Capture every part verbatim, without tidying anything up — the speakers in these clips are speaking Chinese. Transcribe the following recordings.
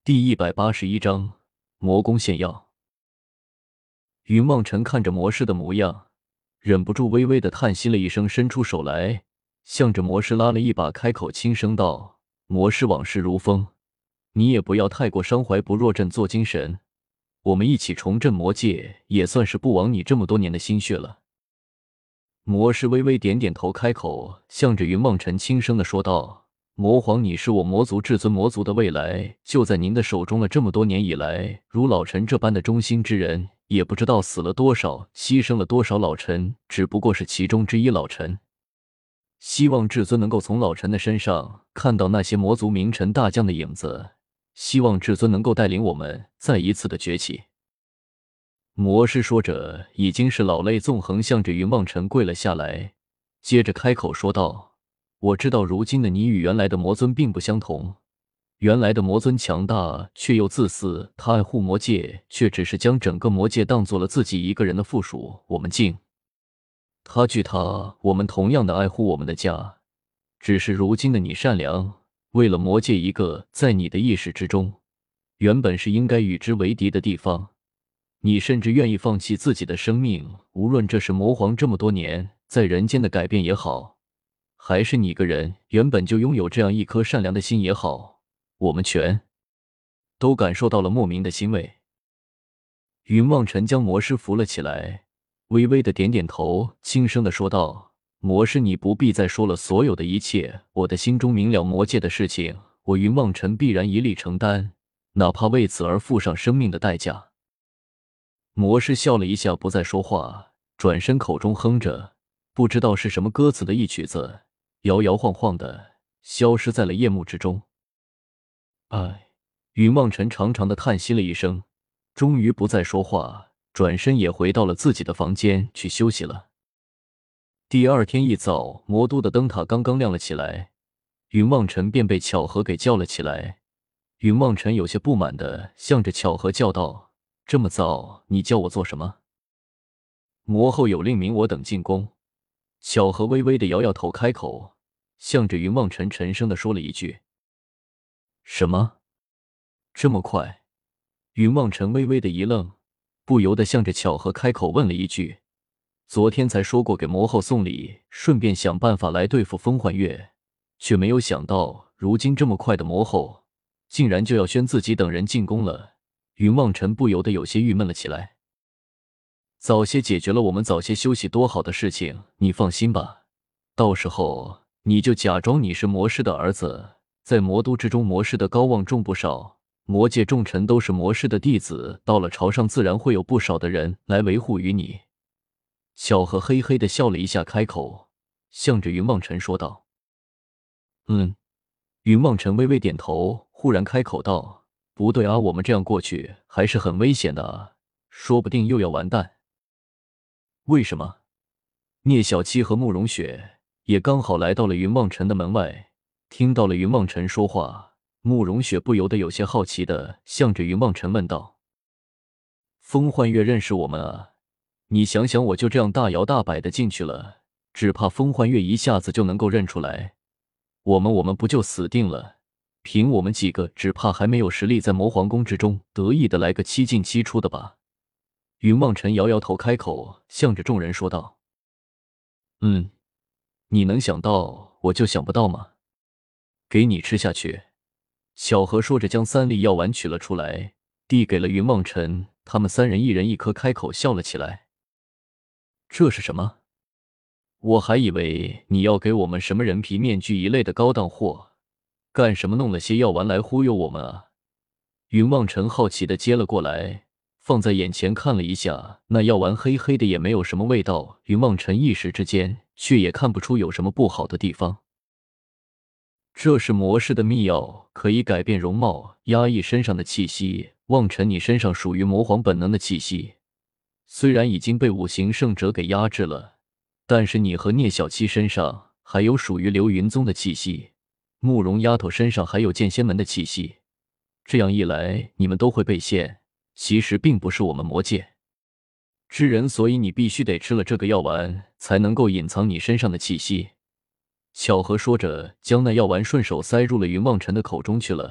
第一百八十一章魔宫献药。云望尘看着魔师的模样，忍不住微微的叹息了一声，伸出手来，向着魔师拉了一把，开口轻声道：“魔师往事如风，你也不要太过伤怀不若振作精神，我们一起重振魔界，也算是不枉你这么多年的心血了。”魔师微微点点头，开口向着云望尘轻声的说道：“魔皇，你是我魔族至尊魔族的未来，就在您的手中了。这么多年以来，如老臣这般的忠心之人，也不知道死了多少，牺牲了多少。老臣只不过是其中之一。老臣希望至尊能够从老臣的身上看到那些魔族名臣大将的影子，希望至尊能够带领我们再一次的崛起。”魔师说着，已经是老泪纵横，向着云望尘跪了下来，接着开口说道：“我知道如今的你与原来的魔尊并不相同，原来的魔尊强大却又自私，他爱护魔界，却只是将整个魔界当做了自己一个人的附属。我们敬他惧他，我们同样的爱护我们的家，只是如今的你善良，为了魔界一个在你的意识之中原本是应该与之为敌的地方，你甚至愿意放弃自己的生命。无论这是魔皇这么多年在人间的改变也好，还是你个人原本就拥有这样一颗善良的心也好，我们全都感受到了莫名的欣慰。”云望尘将魔师扶了起来，微微的点点头，轻声的说道：“魔师，你不必再说了，所有的一切，我的心中明了，魔界的事情，我云望尘必然一力承担，哪怕为此而付上生命的代价。”魔师笑了一下，不再说话，转身口中哼着不知道是什么歌词的一曲子，摇摇晃晃的消失在了夜幕之中。唉，云望尘长长的叹息了一声，终于不再说话，转身也回到了自己的房间去休息了。第二天一早，魔都的灯塔刚刚亮了起来，云望尘便被巧合给叫了起来。云望尘有些不满的向着巧合叫道：“这么早，你叫我做什么？”“魔后有令，明我等进宫。”巧合微微的摇摇头，开口向着云望尘沉声的说了一句：“什么？这么快？”云望尘微微的一愣，不由得向着巧合开口问了一句：“昨天才说过给魔后送礼，顺便想办法来对付风幻月，却没有想到如今这么快的魔后竟然就要宣自己等人进宫了。”云望尘不由得有些郁闷了起来。早些解决了，我们早些休息，多好的事情！你放心吧，到时候你就假装你是魔师的儿子，在魔都之中，魔师的高望重不少，魔界重臣都是魔师的弟子，到了朝上自然会有不少的人来维护于你。巧合嘿嘿的笑了一下，开口向着云望尘说道：“嗯。”云望尘微微点头，忽然开口道：“不对啊，我们这样过去还是很危险的啊，说不定又要完蛋。”“为什么？”聂小七和慕容雪也刚好来到了云望尘的门外，听到了云望尘说话，慕容雪不由得有些好奇的向着云望尘问道：“风幻月认识我们啊？你想想，我就这样大摇大摆的进去了，只怕风幻月一下子就能够认出来，我们我们不就死定了？凭我们几个，只怕还没有实力在魔皇宫之中得意的来个七进七出的吧。”云望尘摇摇头，开口向着众人说道：“嗯，你能想到，我就想不到吗？给你吃下去。”巧合说着将三粒药丸取了出来，递给了云望尘，他们三人一人一颗，开口笑了起来。“这是什么？我还以为你要给我们什么人皮面具一类的高档货，干什么弄了些药丸来忽悠我们啊？”云望尘好奇的接了过来，放在眼前看了一下，那药丸黑黑的，也没有什么味道。云望尘一时之间却也看不出有什么不好的地方。这是魔师的秘药，可以改变容貌，压抑身上的气息。望尘，你身上属于魔皇本能的气息，虽然已经被五行圣者给压制了，但是你和聂小七身上还有属于流云宗的气息，慕容丫头身上还有剑仙门的气息。这样一来，你们都会被陷。其实并不是我们魔界之人，所以你必须得吃了这个药丸，才能够隐藏你身上的气息。巧合说着，将那药丸顺手塞入了云望尘的口中去了，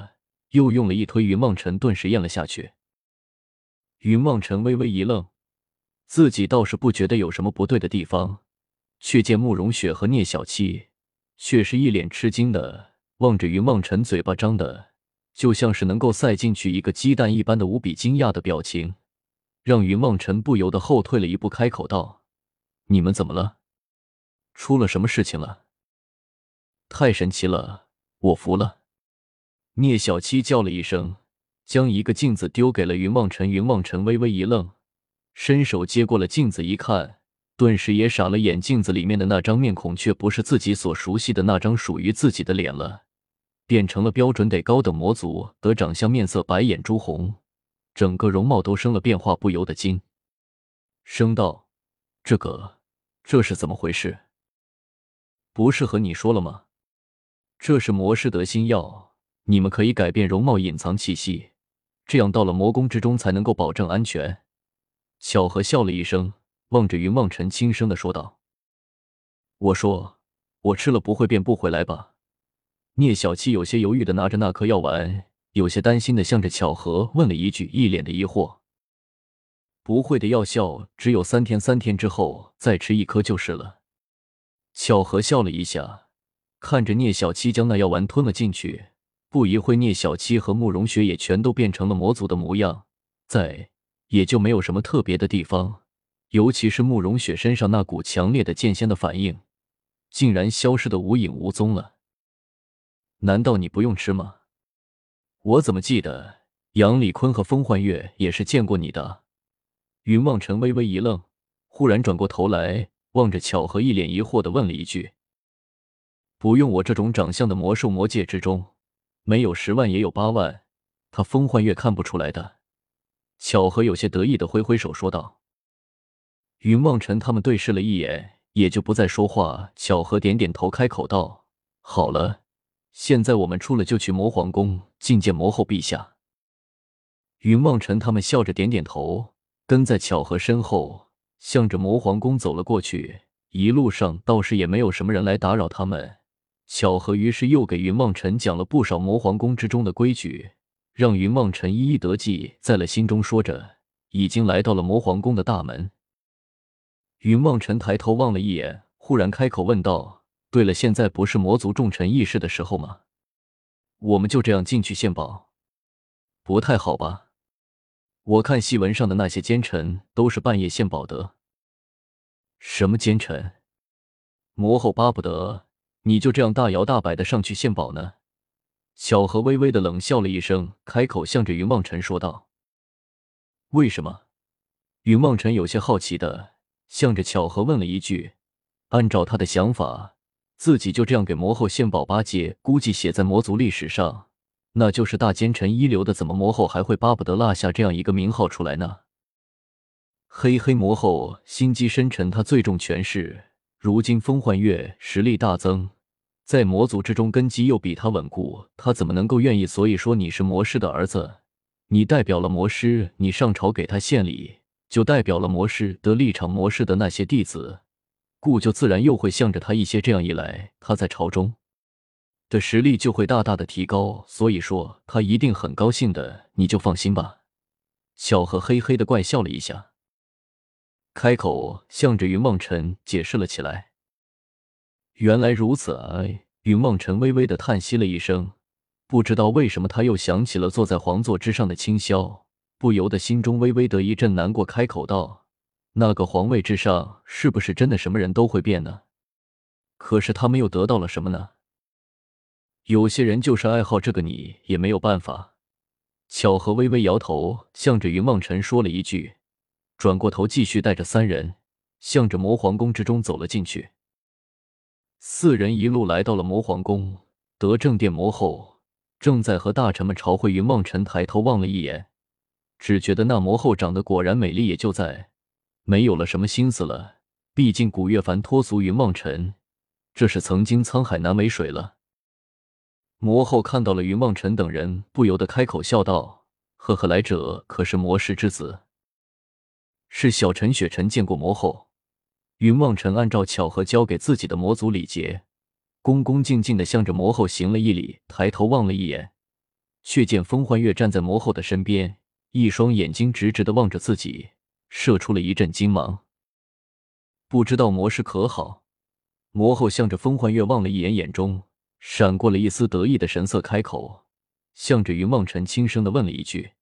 又用了一推，云梦辰顿时咽了下去。云梦辰微微一愣，自己倒是不觉得有什么不对的地方，却见慕容雪和聂小七却是一脸吃惊的望着云梦辰，嘴巴张的就像是能够塞进去一个鸡蛋一般的无比惊讶的表情，让云梦辰不由得后退了一步，开口道：“你们怎么了？出了什么事情了？太神奇了，我服了。”聂小七叫了一声，将一个镜子丢给了云梦辰。云梦辰微微一愣，伸手接过了镜子一看，顿时也傻了眼，镜子里面的那张面孔却不是自己所熟悉的那张属于自己的脸了，变成了标准得高等魔族的长相，面色白眼珠红，整个容貌都生了变化，不由得惊声道：“这个，这是怎么回事？不是和你说了吗？这是魔师得心药，你们可以改变容貌，隐藏气息，这样到了魔宫之中才能够保证安全。”巧合笑了一声，望着云梦辰轻声的说道：“我说，我吃了不会变不回来吧？”聂小七有些犹豫的拿着那颗药丸，有些担心的向着巧合问了一句，一脸的疑惑。不会的，药效只有三天，三天之后再吃一颗就是了。巧合笑了一下，看着聂小七将那药丸吞了进去，不一会聂小七和慕容雪也全都变成了魔族的模样，再也就没有什么特别的地方，尤其是慕容雪身上那股强烈的剑仙的反应，竟然消失得无影无踪了。难道你不用吃吗？我怎么记得杨礼坤和风幻月也是见过你的？云望尘微微一愣，忽然转过头来，望着巧合，一脸疑惑地问了一句：“不用，我这种长相的魔兽，魔界之中没有十万也有八万，他风幻月看不出来的。”巧合有些得意地挥挥手说道。云望尘他们对视了一眼，也就不再说话。巧合点点头，开口道：“好了，现在我们出了就去魔皇宫觐见魔后陛下。”云望尘他们笑着点点头，跟在巧合身后，向着魔皇宫走了过去。一路上倒是也没有什么人来打扰他们。巧合于是又给云望尘讲了不少魔皇宫之中的规矩，让云望尘一一得记在了心中。说着，已经来到了魔皇宫的大门。云望尘抬头望了一眼，忽然开口问道：“对了，现在不是魔族众臣议事的时候吗？我们就这样进去献宝，不太好吧？我看戏文上的那些奸臣都是半夜献宝的。”“什么奸臣？魔后巴不得你就这样大摇大摆的上去献宝呢？”巧合微微的冷笑了一声，开口向着云望尘说道。“为什么？”云望尘有些好奇的向着巧合问了一句。按照他的想法，自己就这样给魔后献宝八戒，估计写在魔族历史上，那就是大奸臣一流的，怎么魔后还会巴不得落下这样一个名号出来呢？嘿嘿，魔后心机深沉，她最重权势，如今风幻月实力大增，在魔族之中根基又比他稳固，他怎么能够愿意？所以说你是魔师的儿子，你代表了魔师，你上朝给他献礼，就代表了魔师的立场，魔师的那些弟子故就自然又会向着他一些，这样一来，他在朝中的实力就会大大的提高，所以说他一定很高兴的，你就放心吧。巧合嘿嘿的怪笑了一下，开口向着云望尘解释了起来。原来如此啊！云望尘微微的叹息了一声，不知道为什么他又想起了坐在皇座之上的清霄，不由得心中微微的一阵难过，开口道：“那个皇位之上是不是真的什么人都会变呢？可是他们又得到了什么呢？有些人就是爱好这个，你也没有办法。”巧合微微摇头，向着云望尘说了一句，转过头继续带着三人向着魔皇宫之中走了进去。四人一路来到了魔皇宫，德政殿魔后正在和大臣们朝会。云望尘抬头望了一眼，只觉得那魔后长得果然美丽，也就在没有了什么心思了。毕竟古月凡脱俗，云望尘这是曾经沧海难为水了。魔后看到了云望尘等人，不由得开口笑道：“呵呵，来者可是魔师之子？”“是小臣雪臣见过魔后。”云望尘按照巧合交给自己的魔族礼节，恭恭敬敬地向着魔后行了一礼，抬头望了一眼， 却见风幻月站在魔后的身边，一双眼睛直直地望着自己，射出了一阵金芒。不知道魔师可好？魔后向着风幻月望了一眼，眼中闪过了一丝得意的神色，开口向着云梦辰轻声地问了一句。